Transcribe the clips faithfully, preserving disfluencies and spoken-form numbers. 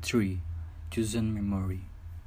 tiga Chosen Memory.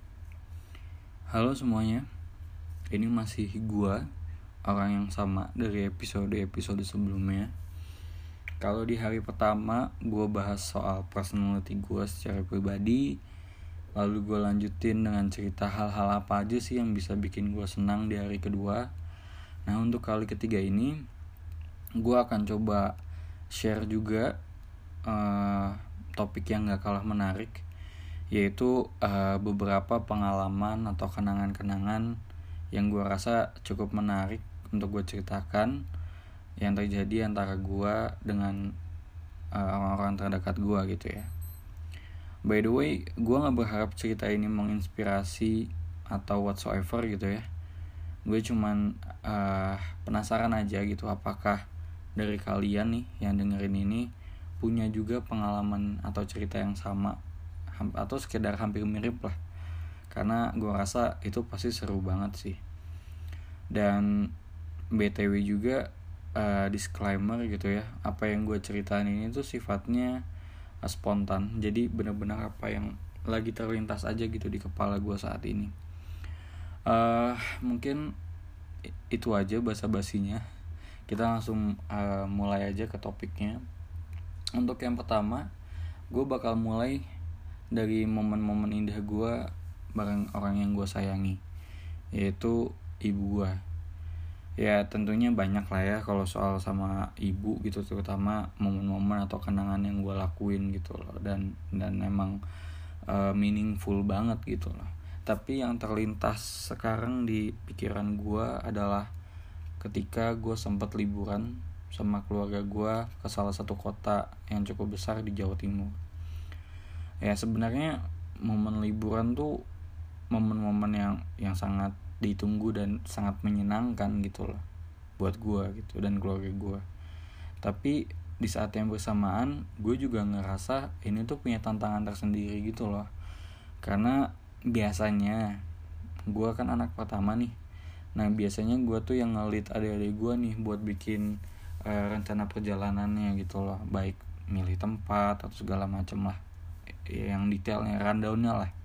Halo semuanya, ini masih gua, orang yang sama dari episode-episode sebelumnya. Kalau di hari pertama gua bahas soal personality gua secara pribadi, lalu gua lanjutin dengan cerita hal-hal apa aja sih yang bisa bikin gua senang di hari kedua. Nah, untuk kali ketiga ini gua akan coba share juga uh, topik yang gak kalah menarik, yaitu uh, beberapa pengalaman atau kenangan-kenangan yang gue rasa cukup menarik untuk gue ceritakan yang terjadi antara gue dengan uh, orang-orang terdekat gue gitu ya. By the way, gue gak berharap cerita ini menginspirasi atau whatsoever gitu ya. Gue cuman uh, penasaran aja gitu, apakah dari kalian nih yang dengerin ini punya juga pengalaman atau cerita yang sama atau sekedar hampir mirip lah, karena gue rasa itu pasti seru banget sih. Dan B T W juga uh, disclaimer gitu ya, apa yang gue ceritain ini tuh sifatnya uh, spontan, jadi benar-benar apa yang lagi terlintas aja gitu di kepala gue saat ini. uh, Mungkin itu aja basa-basinya, kita langsung uh, mulai aja ke topiknya. Untuk yang pertama, gue bakal mulai dari momen-momen indah gue bareng orang yang gue sayangi, yaitu ibu gue. Ya tentunya banyak lah ya kalau soal sama ibu gitu, terutama momen-momen atau kenangan yang gue lakuin gitu loh, dan dan emang uh, meaningful banget gitu loh. Tapi yang terlintas sekarang di pikiran gue adalah ketika gue sempat liburan sama keluarga gue ke salah satu kota yang cukup besar di Jawa Timur. Ya sebenarnya momen liburan tuh momen-momen yang yang sangat ditunggu dan sangat menyenangkan gitu loh buat gue gitu dan keluarga gue. Tapi di saat yang bersamaan gue juga ngerasa ini tuh punya tantangan tersendiri gitu loh, karena biasanya gue kan anak pertama nih. Nah biasanya gue tuh yang ngelit adik-adik gue nih buat bikin uh, rencana perjalanannya gitu loh, baik milih tempat atau segala macem lah, yang detailnya, rundownnya lah.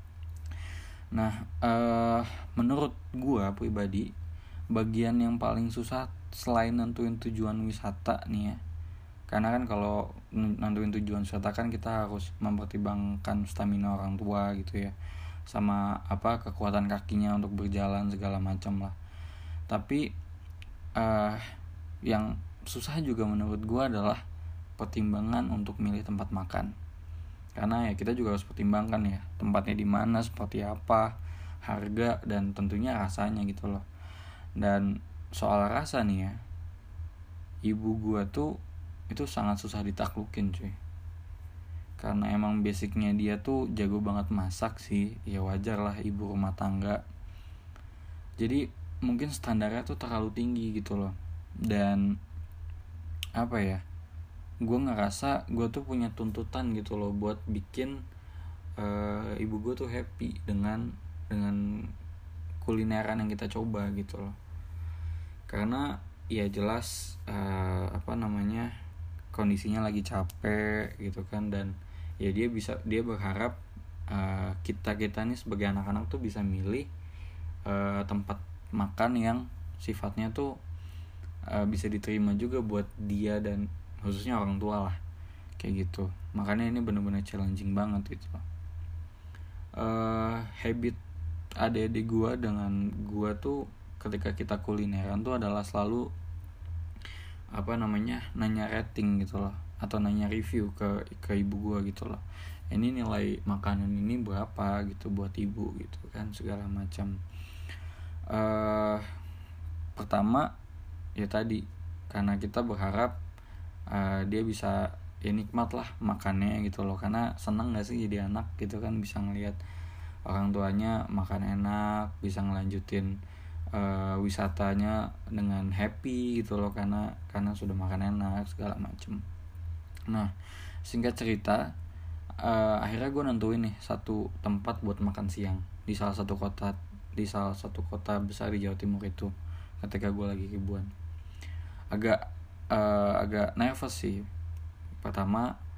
Nah uh, menurut gue pribadi, bagian yang paling susah selain nentuin tujuan wisata nih ya, karena kan kalau nentuin tujuan wisata kan kita harus mempertimbangkan stamina orang tua gitu ya, sama apa kekuatan kakinya untuk berjalan segala macam lah. Tapi uh, yang susah juga menurut gue adalah pertimbangan untuk milih tempat makan, karena ya kita juga harus pertimbangkan ya tempatnya di mana, seperti apa, harga, dan tentunya rasanya gitu loh. Dan soal rasa nih ya, ibu gue tuh itu sangat susah ditaklukin cuy, karena emang basicnya dia tuh jago banget masak sih. Ya wajar lah, ibu rumah tangga, jadi mungkin standarnya tuh terlalu tinggi gitu loh. Dan apa ya, gue ngerasa gue tuh punya tuntutan gitu loh buat bikin uh, ibu gue tuh happy dengan dengan kulineran yang kita coba gitu loh. Karena ya jelas uh, apa namanya kondisinya lagi capek gitu kan, dan ya dia bisa dia berharap uh, kita kita nih sebagai anak-anak tuh bisa milih uh, tempat makan yang sifatnya tuh uh, bisa diterima juga buat dia dan khususnya orang tua lah, kayak gitu. Makanya ini benar-benar challenging banget gitu. Uh, habit adik-adik gue dengan gue tuh ketika kita kulineran tuh adalah selalu apa namanya nanya rating gitu loh, atau nanya review ke ke ibu gue gitu loh. Ini nilai makanan ini berapa gitu buat ibu gitu kan, segala macam. Uh, pertama ya tadi, karena kita berharap uh, dia bisa ya nikmat lah makannya gitu loh, karena seneng gak sih jadi anak gitu kan, bisa ngelihat orang tuanya makan enak, bisa ngelanjutin uh, wisatanya dengan happy gitu loh, karena karena sudah makan enak segala macem. Nah singkat cerita, uh, akhirnya gue nentuin nih satu tempat buat makan siang di salah satu kota di salah satu kota besar di Jawa Timur itu, ketika gue lagi ribuan. Agak uh, agak nervous sih pertama,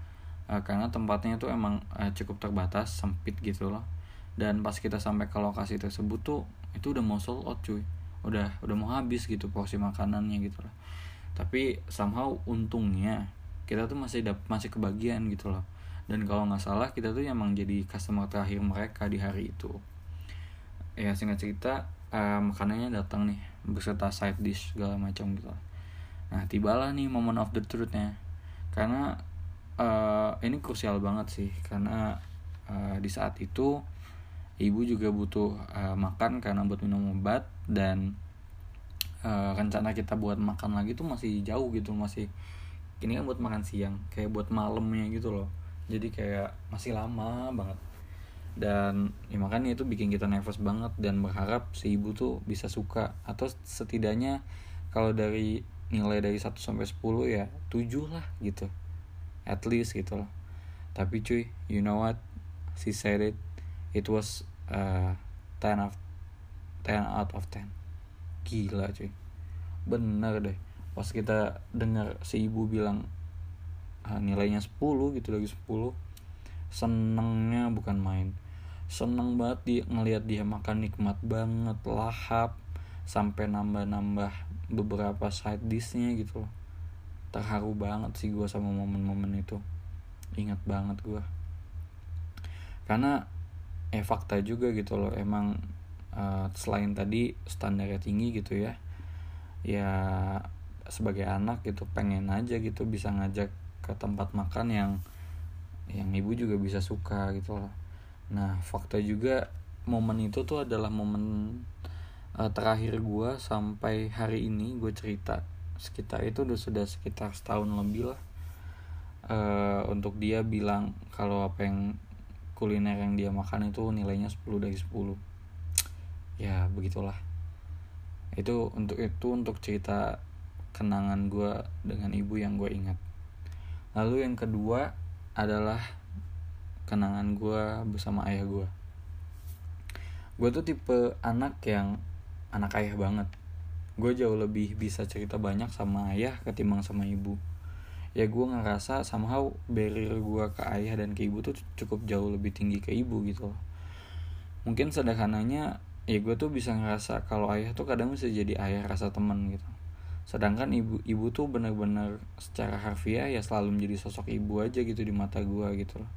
uh, karena tempatnya tuh emang uh, cukup terbatas, sempit gitu loh. Dan pas kita sampai ke lokasi tersebut tuh itu udah mau sold out cuy, udah udah mau habis gitu porsi makanannya gitu loh. Tapi somehow untungnya kita tuh masih dap- masih kebagian gitu loh. Dan kalau nggak salah kita tuh emang jadi customer terakhir mereka di hari itu. Ya singkat cerita, uh, makanannya datang nih beserta side dish segala macam gitu loh. Nah tibalah nih moment of the truth-nya, karena uh, ini krusial banget sih, karena uh, di saat itu ibu juga butuh uh, makan karena buat minum obat, dan uh, rencana kita buat makan lagi tuh masih jauh gitu, masih ini kan buat makan siang, kayak buat malamnya gitu loh, jadi kayak masih lama banget. Dan ya makanya itu bikin kita nervous banget dan berharap si ibu tuh bisa suka, atau setidaknya kalau dari nilai dari satu sampai sepuluh ya tujuh lah gitu, at least gitu loh. Tapi cuy, you know what, she said it, it was uh, ten of ten out of ten. Gila cuy, bener deh. Pas kita dengar si ibu bilang ah, nilainya sepuluh gitu, lagi sepuluh, senengnya bukan main. Seneng banget dia ngelihat dia makan nikmat banget, lahap, sampai nambah-nambah beberapa side dish-nya gitu loh. Terharu banget sih gue sama momen-momen itu, ingat banget gue. Karena eh fakta juga gitu loh, emang uh, selain tadi standarnya tinggi gitu ya, ya sebagai anak gitu pengen aja gitu bisa ngajak ke tempat makan yang yang ibu juga bisa suka gitu loh. Nah fakta juga momen itu tuh adalah momen uh, terakhir gue sampai hari ini gue cerita. Sekitar itu udah sudah sekitar setahun lebih lah, uh, untuk dia bilang kalau apa yang kuliner yang dia makan itu nilainya sepuluh dari sepuluh. Ya begitulah. Itu untuk itu untuk cerita kenangan gue dengan ibu yang gue ingat. Lalu yang kedua adalah kenangan gue bersama ayah gue. Gue tuh tipe anak yang anak ayah banget. Gue jauh lebih bisa cerita banyak sama ayah ketimbang sama ibu. Ya gue ngerasa somehow barrier gue ke ayah dan ke ibu tuh cukup jauh lebih tinggi ke ibu gitu loh. Mungkin sederhananya ya gue tuh bisa ngerasa kalau ayah tuh kadang bisa jadi ayah rasa teman gitu. Sedangkan ibu ibu tuh benar-benar secara harfiah ya selalu menjadi sosok ibu aja gitu di mata gue gitu loh.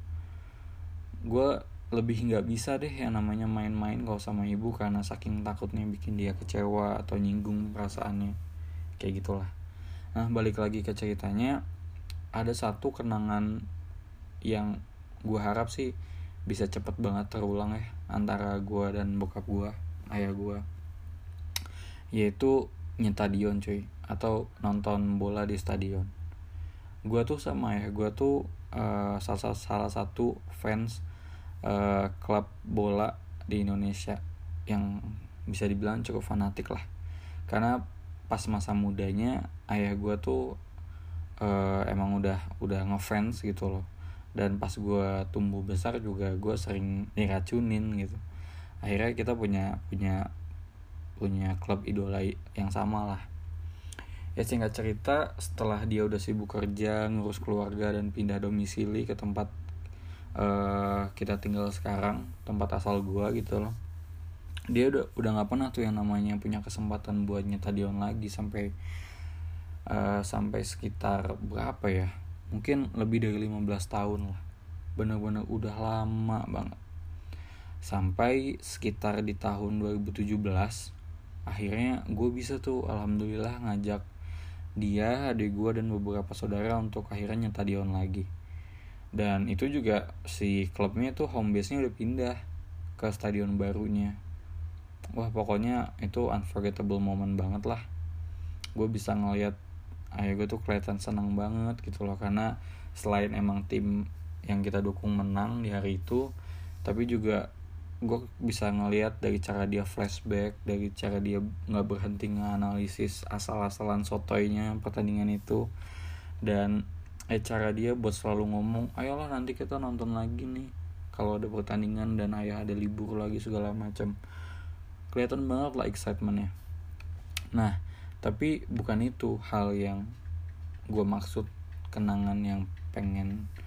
Gue lebih nggak bisa deh yang namanya main-main kalau sama ibu, karena saking takutnya bikin dia kecewa atau nyinggung perasaannya, kayak gitulah. Nah balik lagi ke ceritanya, ada satu kenangan yang gue harap sih bisa cepet banget terulang ya antara gue dan bokap gue, ayah gue, yaitu nyetadion cuy, atau nonton bola di stadion. Gue tuh sama ayah gue tuh uh, salah, salah satu fans uh, klub bola di Indonesia yang bisa dibilang cukup fanatik lah. Karena pas masa mudanya ayah gue tuh uh, emang udah udah ngefans gitu loh. Dan pas gue tumbuh besar juga gue sering diracunin gitu. Akhirnya kita punya punya punya klub idola yang sama lah. Ya singkat cerita, setelah dia udah sibuk kerja, ngurus keluarga dan pindah domisili ke tempat uh, kita tinggal sekarang, tempat asal gua gitu loh, dia udah udah nggak pernah tuh yang namanya punya kesempatan buat nyetadion lagi sampai uh, sampai sekitar berapa ya, mungkin lebih dari lima belas tahun lah, bener-bener udah lama banget. Sampai sekitar di tahun dua ribu tujuh belas akhirnya gue bisa tuh alhamdulillah ngajak dia, adik gue dan beberapa saudara untuk akhirnya nyetadion lagi. Dan itu juga si klubnya tuh home base-nya udah pindah ke stadion barunya. Wah pokoknya itu unforgettable moment banget lah. Gue bisa ngeliat ayah gue tuh kelihatan senang banget gitu loh, karena selain emang tim yang kita dukung menang di hari itu, tapi juga gue bisa ngelihat dari cara dia flashback, dari cara dia nggak berhenti nganalisis asal-asalan sotoynya pertandingan itu, dan eh cara dia buat selalu ngomong ayolah nanti kita nonton lagi nih kalau ada pertandingan dan ayah ada libur lagi segala macam. Kelihatan banget lah excitementnya. Nah tapi bukan itu hal yang gue maksud kenangan yang pengen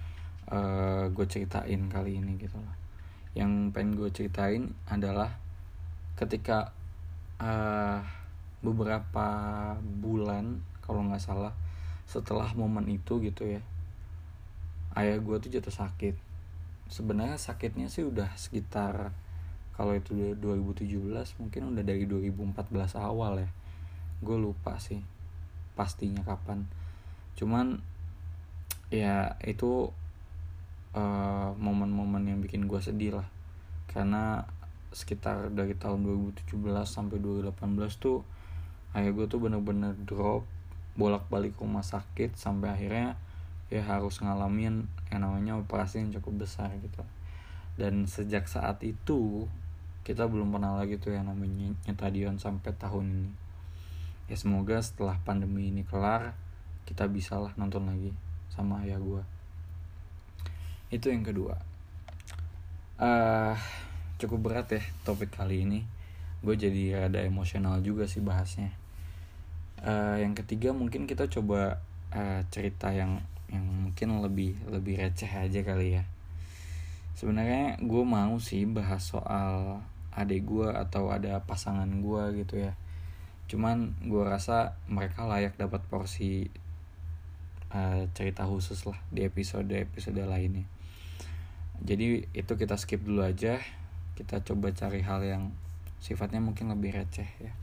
uh, gue ceritain kali ini gitu loh. Yang pengen gue ceritain adalah ketika uh, beberapa bulan kalau nggak salah setelah momen itu gitu ya, ayah gue tuh jatuh sakit. Sebenarnya sakitnya sih udah sekitar, kalau itu dua ribu tujuh belas mungkin udah dari dua ribu empat belas awal ya, gue lupa sih pastinya kapan. Cuman ya itu uh, momen-momen yang bikin gue sedih lah, karena sekitar dari tahun dua ribu tujuh belas sampai dua ribu delapan belas tuh ayah gue tuh bener-bener drop, bolak-balik rumah sakit, sampai akhirnya ya harus ngalamin yang namanya operasi yang cukup besar gitu. Dan sejak saat itu kita belum pernah lagi tuh yang namanya nyetadion sampai tahun ini. Ya semoga setelah pandemi ini kelar kita bisa lah nonton lagi sama ayah gue. Itu yang kedua. uh, Cukup berat ya topik kali ini, gue jadi rada emosional juga sih bahasnya. uh, Yang ketiga mungkin kita coba uh, cerita yang yang mungkin lebih lebih receh aja kali ya. Sebenarnya gue mau sih bahas soal adik gue atau ada pasangan gue gitu ya. Cuman gue rasa mereka layak dapat porsi uh, cerita khusus lah di episode-episode lainnya. Jadi itu kita skip dulu aja. Kita coba cari hal yang sifatnya mungkin lebih receh ya.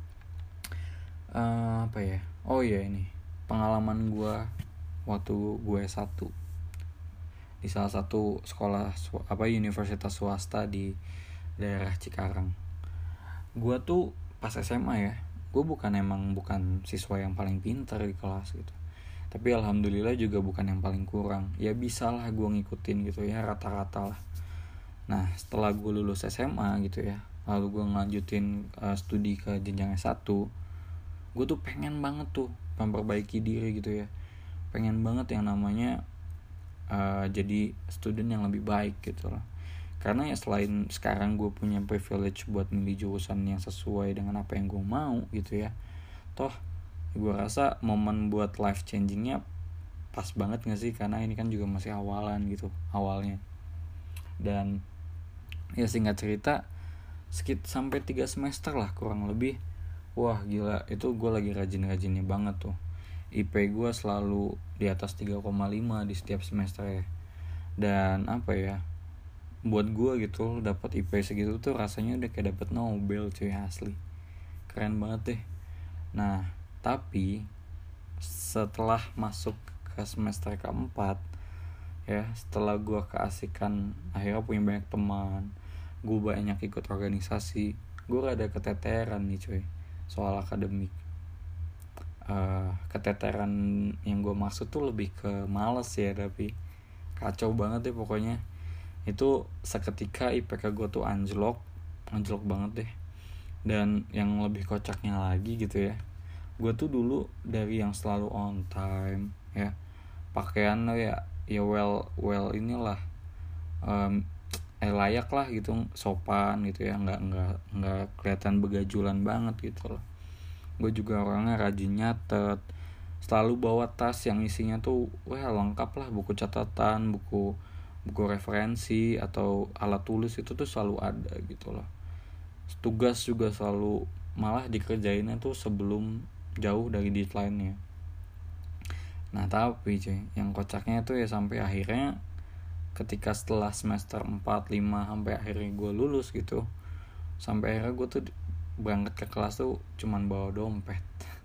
Uh, apa ya? Oh iya, ini pengalaman gue waktu gue S satu di salah satu sekolah apa universitas swasta di daerah Cikarang. Gue tuh pas S M A ya, gue bukan emang bukan siswa yang paling pintar di kelas gitu, tapi alhamdulillah juga bukan yang paling kurang. Ya bisa lah gue ngikutin gitu ya, rata-rata lah. Nah setelah gue lulus S M A gitu ya, lalu gue ngelanjutin uh, studi ke jenjang S satu, gue tuh pengen banget tuh memperbaiki diri gitu ya, pengen banget yang namanya uh, jadi student yang lebih baik gitu loh. Karena ya selain sekarang gue punya privilege buat milih jurusan yang sesuai dengan apa yang gue mau gitu ya, toh gue rasa momen buat life changingnya pas banget gak sih, karena ini kan juga masih awalan gitu awalnya. Dan ya singkat cerita sekit sampai tiga semester lah kurang lebih, wah gila itu gue lagi rajin-rajinnya banget tuh. I P gue selalu di atas tiga koma lima di setiap semester ya. Dan apa ya, buat gue gitu dapat I P segitu tuh rasanya udah kayak dapat Nobel cuy, asli keren banget deh. Nah tapi setelah masuk ke semester keempat ya, setelah gue keasikan akhirnya punya banyak teman, gue banyak ikut organisasi, gue rada keteteran nih cuy soal akademik. Uh, keteteran yang gue maksud tuh lebih ke males ya, tapi kacau banget deh pokoknya. Itu seketika I P K gue tuh anjlok, anjlok banget deh. Dan yang lebih kocaknya lagi gitu ya, gue tuh dulu dari yang selalu on time ya, pakaian lo ya ya well well inilah um, eh layak lah gitu, sopan gitu ya, nggak nggak nggak kelihatan begajulan banget gitu loh. Gue juga orangnya rajin nyatet, selalu bawa tas yang isinya tuh wah lengkap lah, buku catatan, buku buku referensi atau alat tulis itu tuh selalu ada gitu loh. Tugas juga selalu malah dikerjainnya tuh sebelum jauh dari deadline-nya. Nah tapi cuy, yang kocaknya tuh ya sampai akhirnya ketika setelah semester empat, lima sampai akhirnya gue lulus gitu, sampai akhirnya gue tuh berangkat ke kelas tuh cuman bawa dompet.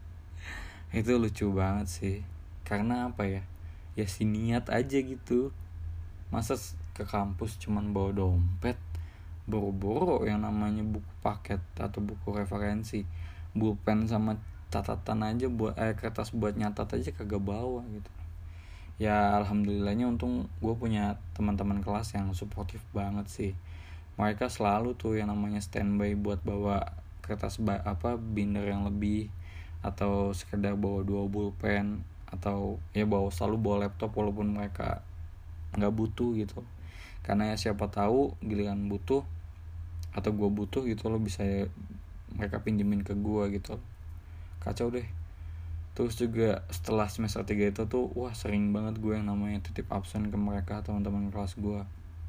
Itu lucu banget sih, karena apa ya, ya si niat aja gitu. Masa ke kampus cuman bawa dompet, boro-boro yang namanya buku paket atau buku referensi, pulpen sama catatan aja buat eh kertas buat nyatat aja kagak bawa gitu. Ya alhamdulillahnya untung gue punya teman-teman kelas yang suportif banget sih. Mereka selalu tuh yang namanya standby buat bawa kertas ba- apa binder yang lebih, atau sekedar bawa dua pulpen, atau ya bawa selalu bawa laptop walaupun mereka nggak butuh gitu. Karena ya siapa tahu giliran butuh atau gue butuh gitu lo bisa mereka pinjemin ke gue gitu. Kacau deh. Terus juga setelah semester tiga itu tuh wah sering banget gue yang namanya titip absen ke mereka, teman-teman kelas gue.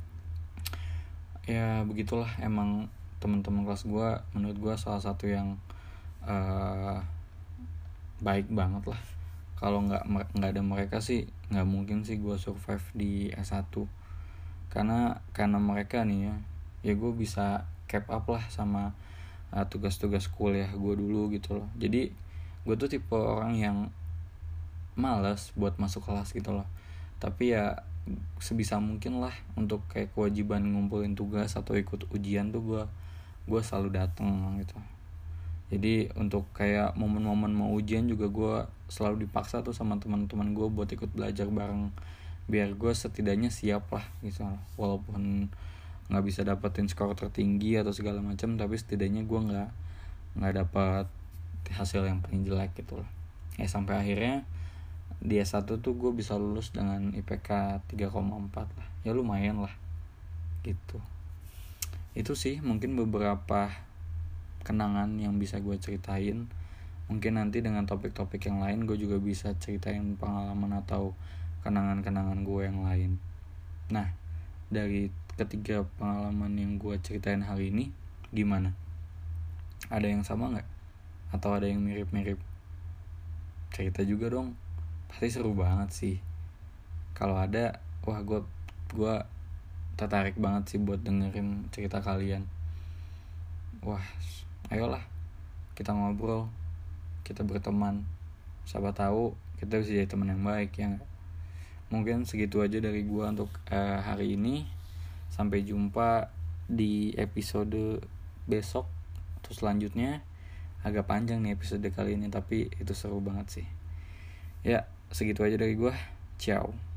Ya begitulah, emang teman-teman kelas gue menurut gue salah satu yang uh, baik banget lah. Kalau nggak nggak ada mereka sih nggak mungkin sih gue survive di S satu. Karena karena mereka nih ya, ya gue bisa keep up lah sama uh, tugas-tugas kuliah gue dulu gitu loh. Jadi gue tuh tipe orang yang malas buat masuk kelas gitu loh, tapi ya sebisa mungkin lah untuk kayak kewajiban ngumpulin tugas atau ikut ujian tuh gue gue selalu dateng gitu. Jadi untuk kayak momen-momen mau ujian juga gue selalu dipaksa tuh sama teman-teman gue buat ikut belajar bareng, biar gue setidaknya siap lah gitu, walaupun nggak bisa dapetin skor tertinggi atau segala macam, tapi setidaknya gue nggak nggak dapat hasil yang paling jelek gitu loh. Ya sampai akhirnya di S satu tuh gue bisa lulus dengan I P K tiga koma empat lah. Ya lumayan lah gitu. Itu sih mungkin beberapa kenangan yang bisa gue ceritain. Mungkin nanti dengan topik-topik yang lain gue juga bisa ceritain pengalaman atau kenangan-kenangan gue yang lain. Nah, dari ketiga pengalaman yang gue ceritain hari ini, gimana? Ada yang sama gak? Atau ada yang mirip-mirip? Cerita juga dong, pasti seru banget sih. Kalau ada, wah gue gue tertarik banget sih buat dengerin cerita kalian. Wah, ayolah kita ngobrol, kita berteman. Siapa tahu kita bisa jadi teman yang baik ya. Mungkin segitu aja dari gue untuk uh, hari ini. Sampai jumpa di episode besok atau selanjutnya. Agak panjang nih episode kali ini, tapi itu seru banget sih. Ya, segitu aja dari gue. Ciao.